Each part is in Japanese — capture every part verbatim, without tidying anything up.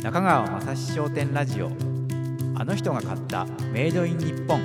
中川雅史商店ラジオ、あの人が買ったメイドイン日本。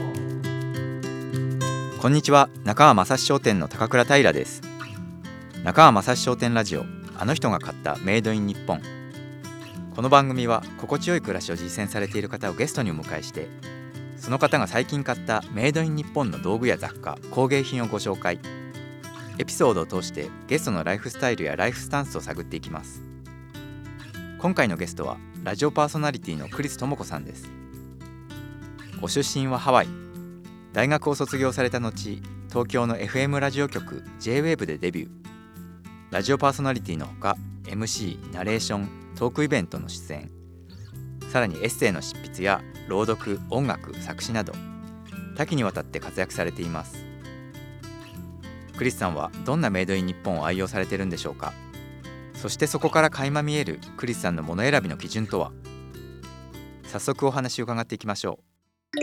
こんにちは、中川雅史商店の高倉平です。中川雅史商店ラジオ、あの人が買ったメイドイン日本。この番組は心地よい暮らしを実践されている方をゲストにお迎えして、その方が最近買ったメイドイン日本の道具や雑貨、工芸品をご紹介。エピソードを通してゲストのライフスタイルやライフスタンスを探っていきます。今回のゲストはラジオパーソナリティのクリス智子さんです。ご出身はハワイ。大学を卒業された後、東京の エフエム ラジオ局 ジェイウェーブ でデビュー。ラジオパーソナリティのほか エムシー、ナレーション、トークイベントの出演、さらにエッセイの執筆や朗読、音楽、作詞など多岐にわたって活躍されています。クリスさんはどんなメイドイン日本を愛用されているんでしょうか。そしてそこから垣間見えるクリスさんのもの選びの基準とは。早速お話を伺っていきましょう。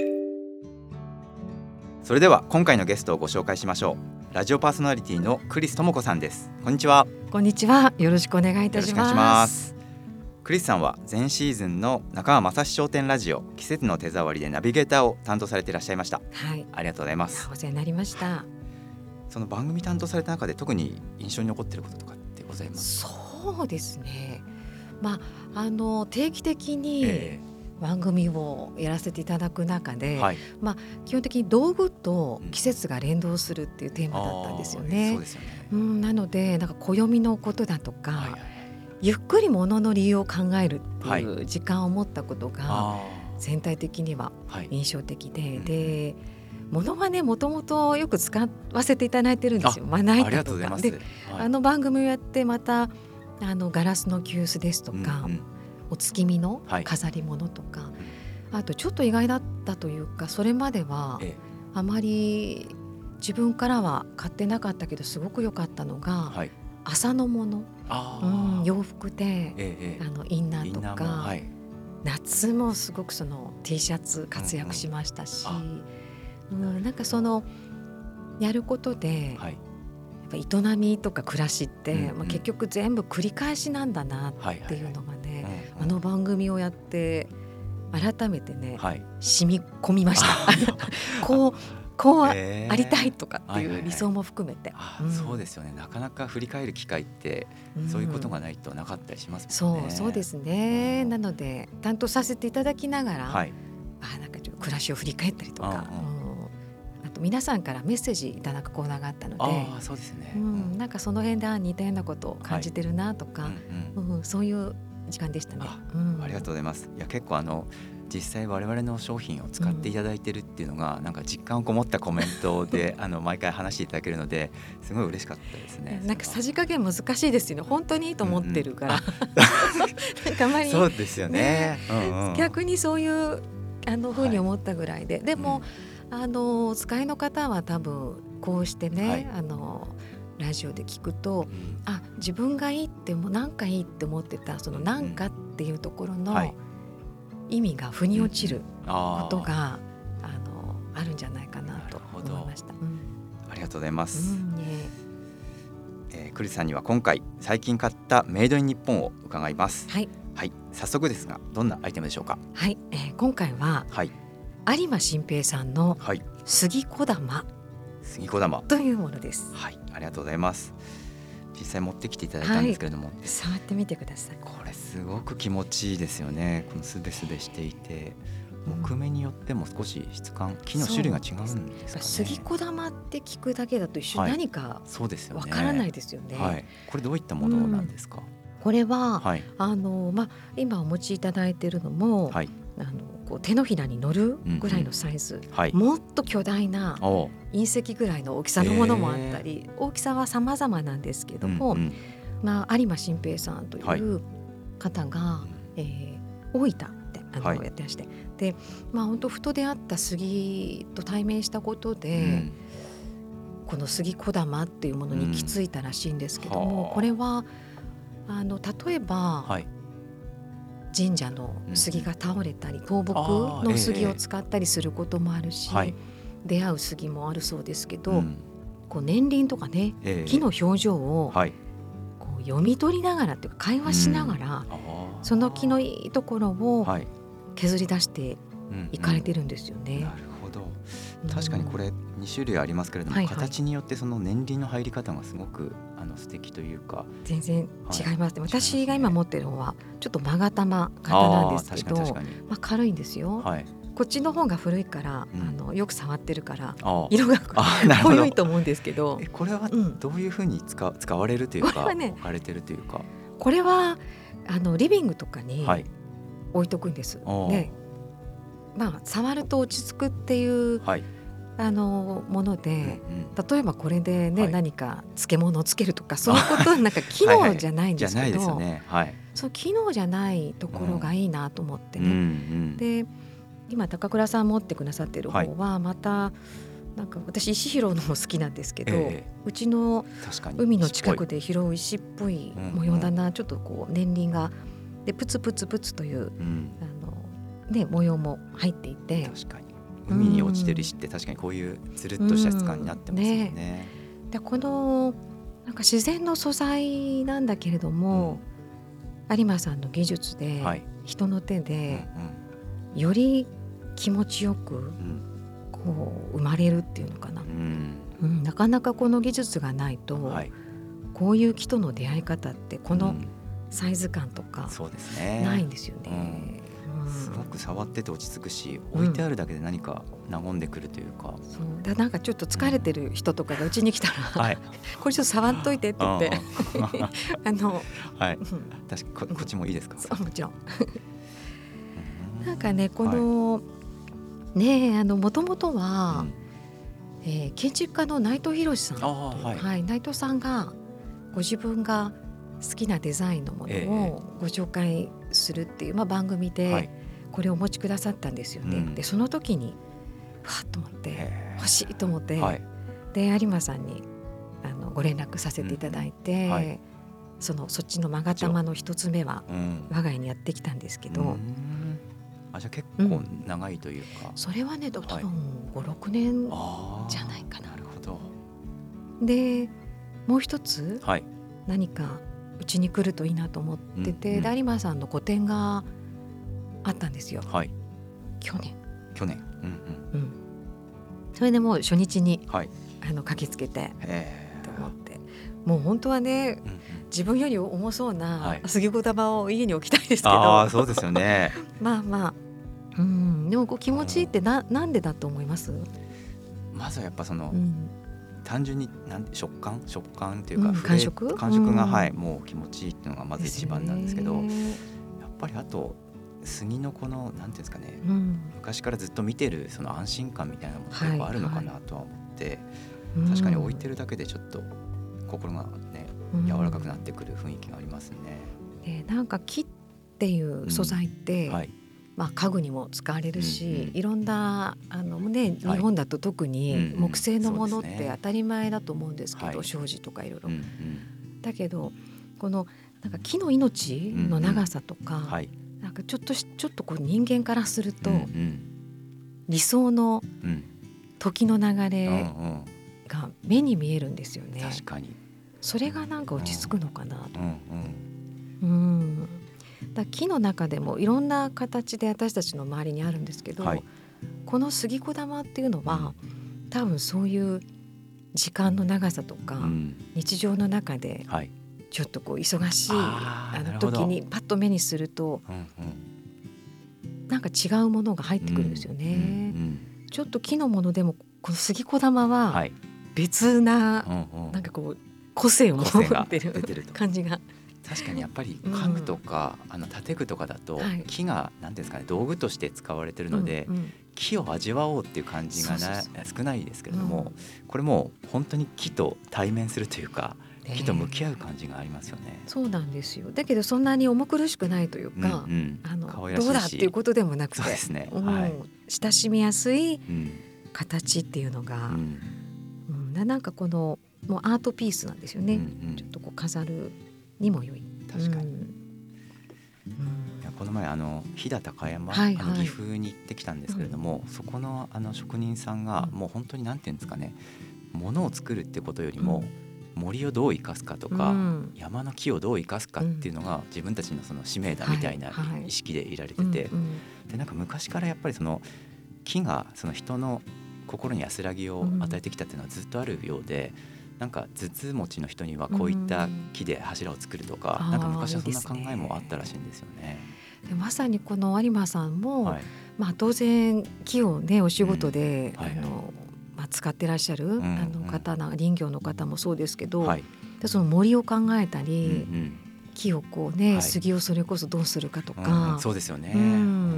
それでは今回のゲストをご紹介しましょう。ラジオパーソナリティのクリス智子さんです。こんにちは。 こんにちは。よろしくお願いいたします。よろしくお願いします。 クリスさんは前シーズンの中川雅史商店ラジオ季節の手触りでナビゲーターを担当されていらっしゃいました。 はい、 ありがとうございます。 お世話になりました。 その番組担当された中で特に印象に残っていることとかってございますか。 そうですね、まあ、あの定期的に番組をやらせていただく中で、えーはい、まあ、基本的に道具と季節が連動するっていうテーマだったんですよね。そうですよね。うん、なのでなんか暦のことだとか、はいはい、ゆっくりものの理由を考えるっていう時間を持ったことが全体的には印象的で、はい、で、ものはね、もともとよく使わせていただいてるんですよ。まな板とかで、はい、あの番組をやってまたあのガラスの急須ですとか、うんうん、お月見の飾り物とか、はい、あとちょっと意外だったというか、それまではあまり自分からは買ってなかったけどすごく良かったのが、はい、麻のもの、うん、洋服で、ええ、あのインナーとか、はい、夏もすごくその T シャツ活躍しましたし、うんうん、うん、なんかそのやることで、はい、営みとか暮らしって、うんうん、まあ、結局全部繰り返しなんだなっていうのがね、はいはいはい、あの番組をやって改めてね、はい、染み込みましたこうこうありたいとかっていう理想も含めて、 はいはいはい、うん、そうですよね。なかなか振り返る機会ってそういうことがないとなかったりしますもんね、うん、 そうそうですね、うん、なので担当させていただきながら、はい、あ、なんかちょっと暮らしを振り返ったりとか、うんうん、あと皆さんからメッセージいただくコーナーがあったので、 あ、そうですね、うん、 なんかその辺で似たようなことを感じてるなとか、はい、うんうんうん、そういう時間でしたね。 あ,、うん、ありがとうございます。いや、結構あの実際我々の商品を使っていただいてるっていうのが、うん、なんか実感をこもったコメントであの毎回話していただけるのですごい嬉しかったですね。 なんかさじ加減難しいですよね。本当にいいと思ってるから、うんうん、なんかあまりそうですよね、 うんうん、逆にそういうあの風に思ったぐらいで、はい、でも、うん、あのお使いの方は多分こうしてね、はい、あのラジオで聞くと、うん、あ、自分がいいってもなんかいいって思ってたそのなんかっていうところの、うん、はい、意味が腑に落ちることが、うん、あ, あのあるんじゃないかなと思いました、うん、 ありがとうございます、うん、ね、えー、クリスさんには今回最近買ったメイドイン日本を伺います。はい、はい、早速ですがどんなアイテムでしょうか。 はい、えー、今回は、はい、有馬新平さんの杉小玉、 杉小玉というものです。 はい、ありがとうございます。実際持ってきていただいたんですけれども、はい、 触ってみてください。 これすごく気持ちいいですよね。このすべすべしていて、木目によっても少し質感、木の種類が違うんですかね。 杉小玉って聞くだけだと一瞬何かわからないですよね。 はい、はい、これどういったものなんですか。うん、 これは、はい、あのまあ、今お持ちいただいているのも、はい、あのこう手のひらに乗るぐらいのサイズ、うんうん、はい、もっと巨大な隕石ぐらいの大きさのものもあったり、えー、大きさは様々なんですけども、うんうん、まあ、有馬新平さんという方が、はい、えー、大分であの、はい、やってらして、で、まあ、本当ふと出会った杉と対面したことで、うん、この杉小玉っていうものに行き着いたらしいんですけども、うん、これはあの例えば、はい、神社の杉が倒れたり、倒木の杉を使ったりすることもあるし、えーはい、出会う杉もあるそうですけど、うん、こう年輪とかね、えー、木の表情を、はい、こうう読み取りながらっていうか会話しながら、うん、その木のいいところを削り出していかれてるんですよね、うんうん、 なるほど。確かにこれに種類ありますけれども、はいはい、形によってその年輪の入り方がすごくあの素敵というか全然違いますね、はい、私が今持ってるのはちょっと勾玉型なんですけど、まあ、軽いんですよ、はい、こっちの方が古いから、うん、あのよく触ってるから色が濃いと思うんですけど、 えこれはどういうふうに 使,、うん、使われるというか、これはね、置かれてるというか、 これはあのリビングとかに置いとくんです、はい、でまあ、触ると落ち着くっていう、はい、あのもので、うんうん、例えばこれで、ね、はい、何か漬物をつけるとかそういうことなんか機能じゃないんですけど、そう機能じゃないところがいいなと思ってね、うんうん、で今高倉さん持ってくださってる方はまた、はい、なんか私石拾うのも好きなんですけど、えー、うちの海の近くで拾う石っぽい模様だな、うんうん、ちょっとこう年輪がでプツプツプツという、うん、あのね、模様も入っていて、 確かに海に落ちてる石って確かにこういうつるっとした質感になってますよね、うんね、 でこのなんか自然の素材なんだけれども、うん、有馬さんの技術で、はい、人の手で、うんうん、より気持ちよく、うん、こう生まれるっていうのかな、うんうん、なかなかこの技術がないと、はい、こういう木との出会い方ってこのサイズ感とかないんですよね、うん、 すごく触ってて落ち着くし、置いてあるだけで何か和んでくるというか、 うん、そうだなんかちょっと疲れてる人とかがうちに来たら、うん、はい、これちょっと触っといてって言ってあの、はい、 確か こ, こっちもいいですか？ そうもちろんなんかねこの、はい、ねあのもともとは、うんえー、建築家の内藤博さん、はいはい、内藤さんがご自分が好きなデザインのものをご紹介するっていう、まあ、番組でこれをお持ちくださったんですよね、はい、でその時にわっと思って欲しいと思って、はい、で有馬さんにあのご連絡させていただいて、うんはい、そのそっちの勾玉の一つ目は我が家にやってきたんですけど、うん、 あじゃあ結構長いというか、 うん、それはね多分ご、ろくねんじゃないかな。 なるほど。でもう一つ、はい、何かうちに来るといいなと思ってて、うんうん、有馬さんの個展があったんですよ、はい、去年去年、うんうんうん、 それでもう初日に、はい、あの駆けつけてと思って、もう本当はね、うんうん、自分より重そうな杉子玉を家に置きたいですけど、 あそうですよねまあまあ、うん、でもこう気持ちいいってな、なんでだと思います？ まずはやっぱその、うん単純になんて食感食感というか、 うん、感触感触が、うんはい、もう気持ちいいっていうのがまず一番なんですけど、やっぱりあと杉のこのなんていうんですかね、うん、昔からずっと見てるその安心感みたいなものってやっぱあるのかなとは思って、はいはい、確かに置いてるだけでちょっと心がね、うん、柔らかくなってくる雰囲気がありますね、 でなんか木っていう素材って、うんはいまあ、家具にも使われるし、うんうん、いろんなあの、ね、日本だと特に木製のものって当たり前だと思うんですけど、うんうん障子とかいろいろ、うんうん、だけどこのなんか木の命の長さとか、うんうんはい、なんかちょっとちょっとこう人間からすると、うんうん、理想の時の流れが目に見えるんですよね、 確かにそれがなんか落ち着くのかなと思って、うんうんうんだ木の中でもいろんな形で私たちの周りにあるんですけど、はい、この杉子玉っていうのは、うん、多分そういう時間の長さとか、うん、日常の中でちょっとこう忙しい、はい、あの時にパッと目にすると、うんうん、なんか違うものが入ってくるんですよね、うんうんうん、ちょっと木のものでもこの杉子玉は別な、はい、なんかこう個性を持ってる感じが確かにやっぱり家具とか、うん、あの建具とかだと、はい、木が何ですかね道具として使われてるので、うんうん、木を味わおうっていう感じがなそうそうそう少ないですけれども、うん、これも本当に木と対面するというか、ね、木と向き合う感じがありますよね。 そうなんですよ。だけどそんなに重苦しくないというか、うんうん、あの可愛らしいしどうだっていうことでもなくて、 そうですね、 うんはい、 親しみやすい形っていうのが、うんうん、なんかこのもうアートピースなんですよね、うんうん、ちょっとこう飾るにも良い。 確かに、うん、いやこの前あの飛騨高山、はいはい、あの岐阜に行ってきたんですけれども、うん、そこ の, あの職人さんがもう本当になんていうんですかね、物を作るってことよりも、うん、 森をどう生かすかとか、 うん、 山の木をどう生かすかっていうのが自分たちのその使命だみたいな意識でいられてて、でなんか昔からやっぱりその木がその人の心に安らぎを与えてきたっていうのはずっとあるようで、なんか頭痛持ちの人にはこういった木で柱を作るとか、うん、なんか昔はそんな考えもあったらしいんですよね。 でまさにこの有馬さんも、はい、まあ、当然木をねお仕事で、うんはいはい、あのまあ、使ってらっしゃる、うんうん、あの方な林業の方もそうですけど、はい、でその森を考えたり、うんうん、木をこうね、はい、杉をそれこそどうするかとか、 うんうん、そうですよね、うん、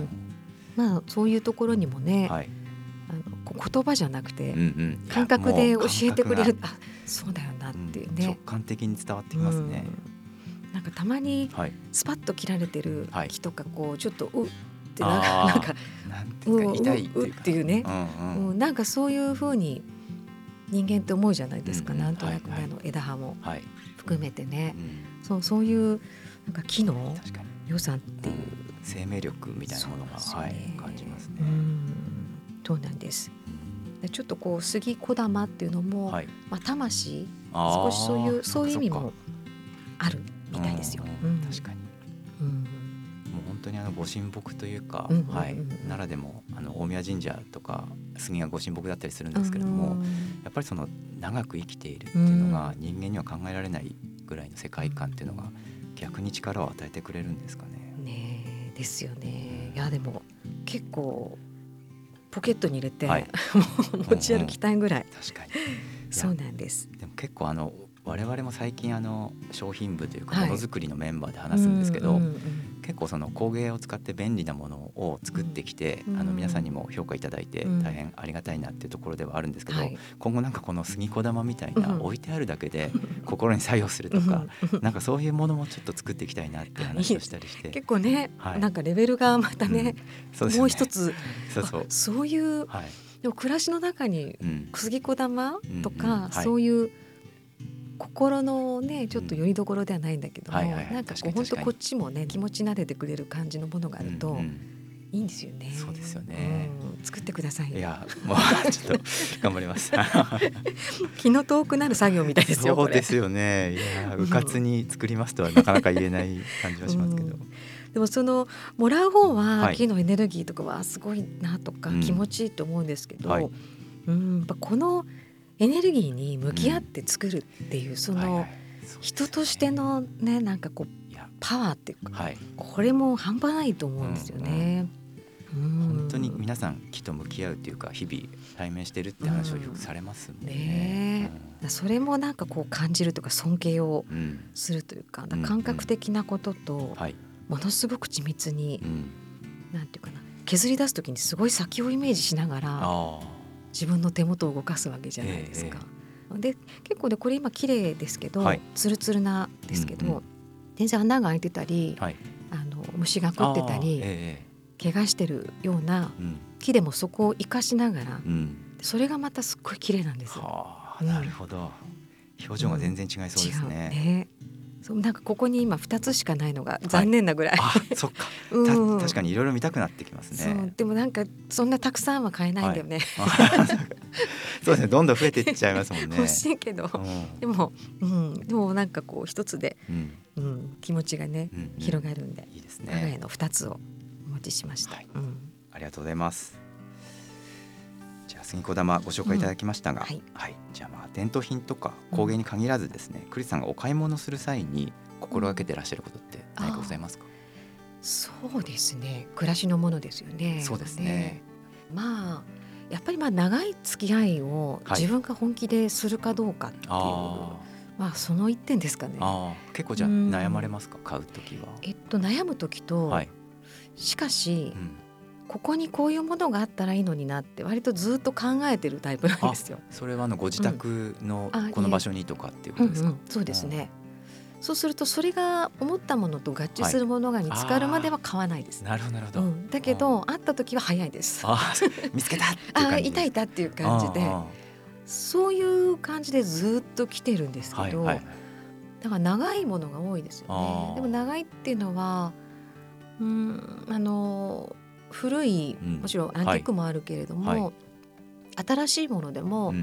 まあ、そういうところにもね、はい、あの言葉じゃなくて、うんうん、感覚で教えてくれる、あ、そうだよなっていうね、 うん、直感的に伝わってきますね、 うん、なんかたまにスパッと切られてる木とかこうちょっとうってなんかなんていうか痛いっていうか、 ううっていうね、うんうんうん、なんかそういう風に人間って思うじゃないですか、うんうん、なんとなくね、はいはい、あの枝葉も含めてね、はい、そう、そういうなんか木の良さっていう、うん、 生命力みたいなものが、はい、感じますね。 うん、そうなんです。でちょっとこう杉小玉っていうのも、はい、まあ、魂、少しそういうそういう意味もあるみたいですよ。 うんうん、確かに、うん、もう本当にあのご神木というか、うんうんうん、はい、奈良でもあの大宮神社とか杉がご神木だったりするんですけれども、うん、やっぱりその長く生きているっていうのが人間には考えられないぐらいの世界観っていうのが逆に力を与えてくれるんですかね。 ねですよね。いやでも結構ポケットに入れて、はい、持ち歩きたいぐらい、うんうん、 確かにそうなんです。 でも結構あの我々も最近あの商品部というかものづくりのメンバーで話すんですけど、はい、うんうんうん、結構その工芸を使って便利なものを作ってきて、うん、あの皆さんにも評価いただいて大変ありがたいなっていうところではあるんですけど、うん、今後なんかこの杉小玉みたいな置いてあるだけで心に作用するとか、うん、なんかそういうものもちょっと作っていきたいなって話をしたりして結構ね、はい、なんかレベルがまたね、うん、そうですよね、もう一つそうそう、そういう、はい、でも暮らしの中に杉小玉とか、うんうんうん、はい、そういう心のねちょっとよりどころではないんだけども、うん、はいはいはい、なんかこう本当こっちもね気持ち慣れてくれる感じのものがあると、うんうん、いいんですよね。 そうですよね、 うん、作ってください。 いやもうちょっと頑張ります気の遠くなる作業みたいですよ。 そうですよね。いやうかつに作りますとはなかなか言えない感じはしますけど、うん、 でもそのもらう方は木のエネルギーとかはすごいなとか、はい、気持ちいいと思うんですけど、うん、はい、うん、やっぱこのエネルギーに向き合って作るっていう、うん、その人としてのねなんかこうパワーっていうか、はい、これも半端ないと思うんですよね、 うんうん、本当に皆さん木と向き合うっていうか日々対面してるって話をよくされますもんね、うんね、 うん、それもなんかこう感じるとか尊敬をするというか、うん、感覚的なこととものすごく緻密に、うん、なんていうかな、削り出すときにすごい先をイメージしながら自分の手元を動かすわけじゃないですか、えー、で結構ねこれ今綺麗ですけど、はい、ツルツルなんですけど、うんうん、全然穴が開いてたり、はい、あの虫が食ってたり、えー、怪我してるような木でもそこを生かしながら、うん、それがまたすっごい綺麗なんですよ、 はあ、なるほど、表情が全然違いそうですね、うん、違うね。 そうなんかここに今ふたつしかないのが残念なぐらい、 はい、あそっか、うん、確かにいろいろ見たくなってきますね。 そうでもなんかそんなたくさんは買えないんだよね、 はい、そうですね、どんどん増えていっちゃいますもんね。 欲しいけど、うん、でも、うん、でもなんかこう一つで、うんうん、気持ちがね、うんうん、広がるんで、いいですね、我が家のふたつをお持ちしました、はい、うん、 ありがとうございます。じゃあ杉小玉ご紹介いただきましたが、うん、はいはい、じゃあまあ伝統品とか工芸に限らずですね、うん、クリスさんがお買い物する際に心がけてらっしゃることって何かございますか？ そうですね、暮らしのものですよね。 そうですね、 まあやっぱりまあ長い付き合いを自分が本気でするかどうかっていう、はい、あまあその一点ですかね。 あ結構じゃあ悩まれますか、買うときは。 えっと悩むときと、はい、しかし、うん、ここにこういうものがあったらいいのになって割とずっと考えてるタイプなんですよ。 それはあのご自宅のこの場所にとかっていうことですか？ うんうん、そうですね、うん、そうするとそれが思ったものと合致するものが見つかるまでは買わないです、 はい、なるほどなるほど、 うん、だけど会った時は早いです。 あ見つけたっていう感じです。 あいたいたっていう感じで、そういう感じでずっと来てるんですけど、はいはい、だから長いものが多いですよね。でも長いっていうのはうんあの古い、もちろんアンティークもあるけれども、はいはい、新しいものでも、うん、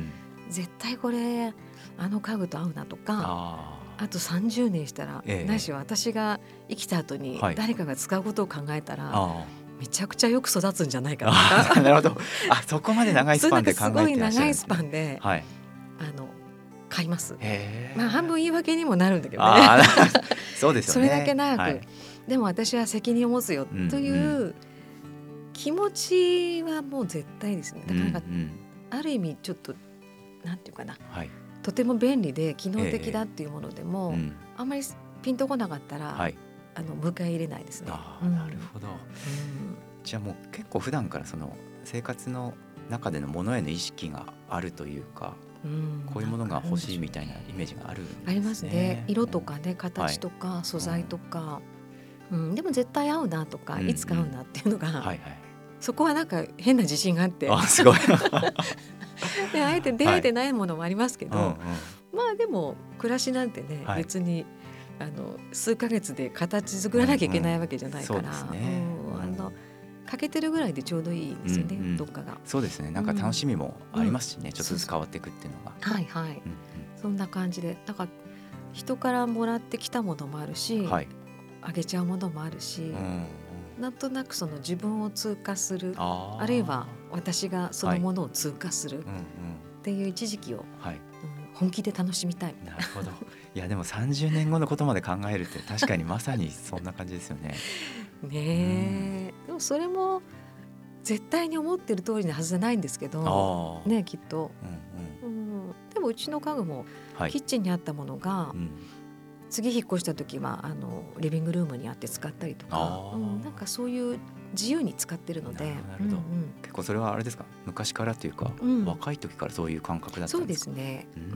絶対これあの家具と合うなとか、あ, あとさんじゅうねんしたら、ええ、ないし私が生きた後に誰かが使うことを考えたら、はい、めちゃくちゃよく育つんじゃないかなとか。 なるほど。あ、そこまで長いスパンで考えてらっしゃるんですね。 すごい長いスパンで、はい、あの買います。まあ半分言い訳にもなるんだけどね。 そうですよね。 それだけ長く、はい、でも私は責任を持つよという気持ちはもう絶対ですね。だからなんか、うんうん、ある意味ちょっとなんていうかな、はい、とても便利で機能的だっていうものでも、えーうん、あんまりピンとこなかったら、はい、あの迎え入れないですね。 あ、うん、なるほど、うん、じゃあもう結構普段からその生活の中でのものへの意識があるというか、うん、こういうものが欲しいみたいなイメージがあるんですね。 ありますね。色とかね、形とか素材とか、はいうん、でも絶対合うなとか、うん、いつ買うなっていうのが、うんはいはい、そこはなんか変な自信があって、 あすごいであえて出会えてないものもありますけど、はいうんうん、まあでも暮らしなんてね、はい、別にあの数ヶ月で形作らなきゃいけないわけじゃないから、欠けてるぐらいでちょうどいいですよね、うんうん、どっかが。 そうですね、なんか楽しみもありますしね、うん、ちょっとずつ変わっていくっていうのが、 はいはい、うんうん、そんな感じで、だから人からもらってきたものもあるし、はい、あげちゃうものもあるし、うんなんとなくその自分を通過する あ, あるいは私がそのものを通過するっていう一時期を、はいうん、本気で楽しみたい。 なるほど。いやでもさんじゅうねんごのことまで考えるって確かにまさにそんな感じですよね。 ねえ、うん、でもそれも絶対に思ってる通りなはずじゃないんですけどね、きっと、うんうんうん、でもうちの家具もキッチンにあったものが、はいうん次引っ越した時はあのリビングルームにあって使ったりとか、うん、なんかそういう自由に使ってるので。なるほど、うんうん、 結構それはあれですか、昔からというか、うん、若い時からそういう感覚だったんですか。 そうですね、うん、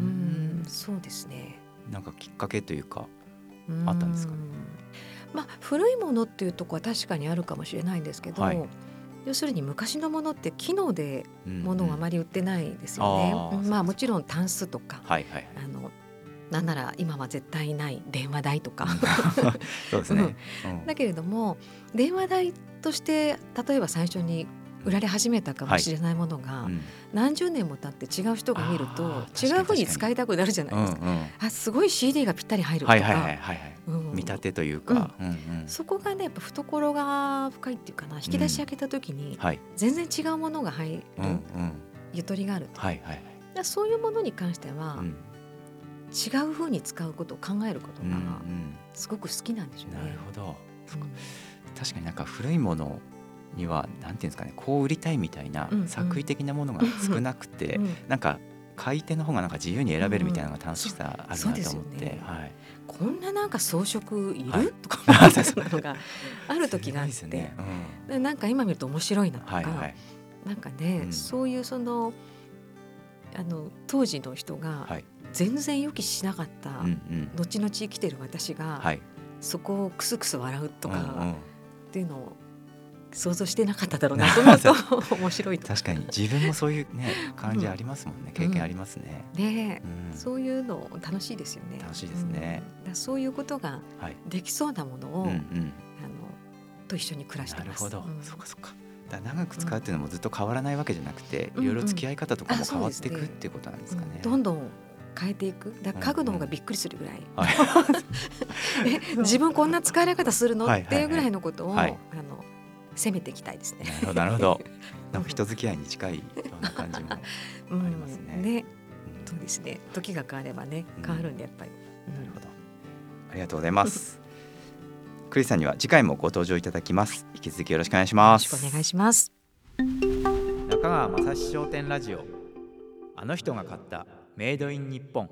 そうですね。 なんかきっかけというかあったんですかね。 まあ、古いものっていうところは確かにあるかもしれないんですけど、はい、要するに昔のものって機能でものをあまり売ってないですよね、うんうん、あまあもちろんタンスとか、はいはい、あのなんなら今は絶対ない電話代とかそうですね、 うん、だけれども電話代として例えば最初に売られ始めたかもしれないものが、はいうん、何十年も経って違う人が見ると違うふうに使いたくなるじゃないですか、うんうん、あすごい シーディー がぴったり入るとか、はいはいはいはいうん、 見立てというか、 うんうんうん、そこがねやっぱ懐が深いっていうかな、引き出し開けた時に全然違うものが入る、うんうん、ゆとりがあると、はいはいはい、そういうものに関しては、うん違う風に使うことを考えることがすごく好きなんでしょうね、うんうん、なるほど、 うん、確かになんか古いものにはなんていうんですかね、こう売りたいみたいな作為的なものが少なくて、うんうん、なんか買い手の方がなんか自由に選べるみたいなのが楽しさあるなと思って、うんうんねはい、 こんななんか装飾いる、はい、とか思うのがある時があって、ねうん、なんか今見ると面白いなとか、はいはい、なんかね、うん、そういうそのあの当時の人が、はい全然予期しなかった、うんうん、後々生きてる私が、はい、そこをクスクス笑うとか、うんうん、っていうのを想像してなかっただろうなと思うと面白いと。 確かに自分もそういう、ね、感じありますもんね、うん、経験ありますね、 うんねうん、そういうの楽しいですよね。 楽しいですね、 うん、だそういうことができそうなものを、はいうんうん、あのと一緒に暮らしてます。 なるほど、うん、そうかそうか。だ長く使うっていうのもずっと変わらないわけじゃなくて、うん、いろいろ付き合い方とかも変わっていくっていうことなんですかね、うん、 どんどん変えていく。だから家具の方がびっくりするぐらい、うんうんえ自分こんな使われ方するの、はい、っていうぐらいのことを、はい、あの攻めていきたいですね。 なるほどなるほどなんか人付き合いに近いような感じもありますね。うん、ね、 うん、そうですね。時が変わればね変わるんでやっぱり、 うん、なるほど、ありがとうございますクリスさんには次回もご登場いただきます。引き続きよろしくお願いします。 よろしくお願いします。 中川雅史商店ラジオ、あの人が買ったメイドイン日本。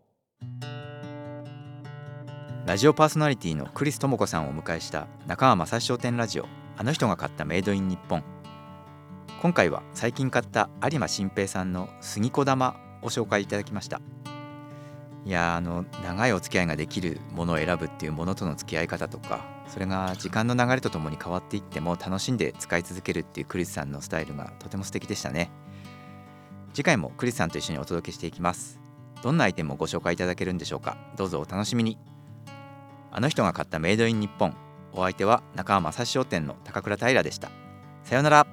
ラジオパーソナリティのクリス智子さんをお迎えした中川雅史商店ラジオ、あの人が買ったメイドイン日本。今回は最近買った有馬新平さんの杉子玉を紹介いただきました。いやあの長いお付き合いができるものを選ぶっていうものとの付き合い方とか、それが時間の流れとともに変わっていっても楽しんで使い続けるっていうクリスさんのスタイルがとても素敵でしたね。次回もクリスさんと一緒にお届けしていきます。どんなアイテムをご紹介いただけるんでしょうか。どうぞお楽しみに。あの人が買ったメイドイン日本。お相手は中川雅史商店の高倉平でした。さようなら。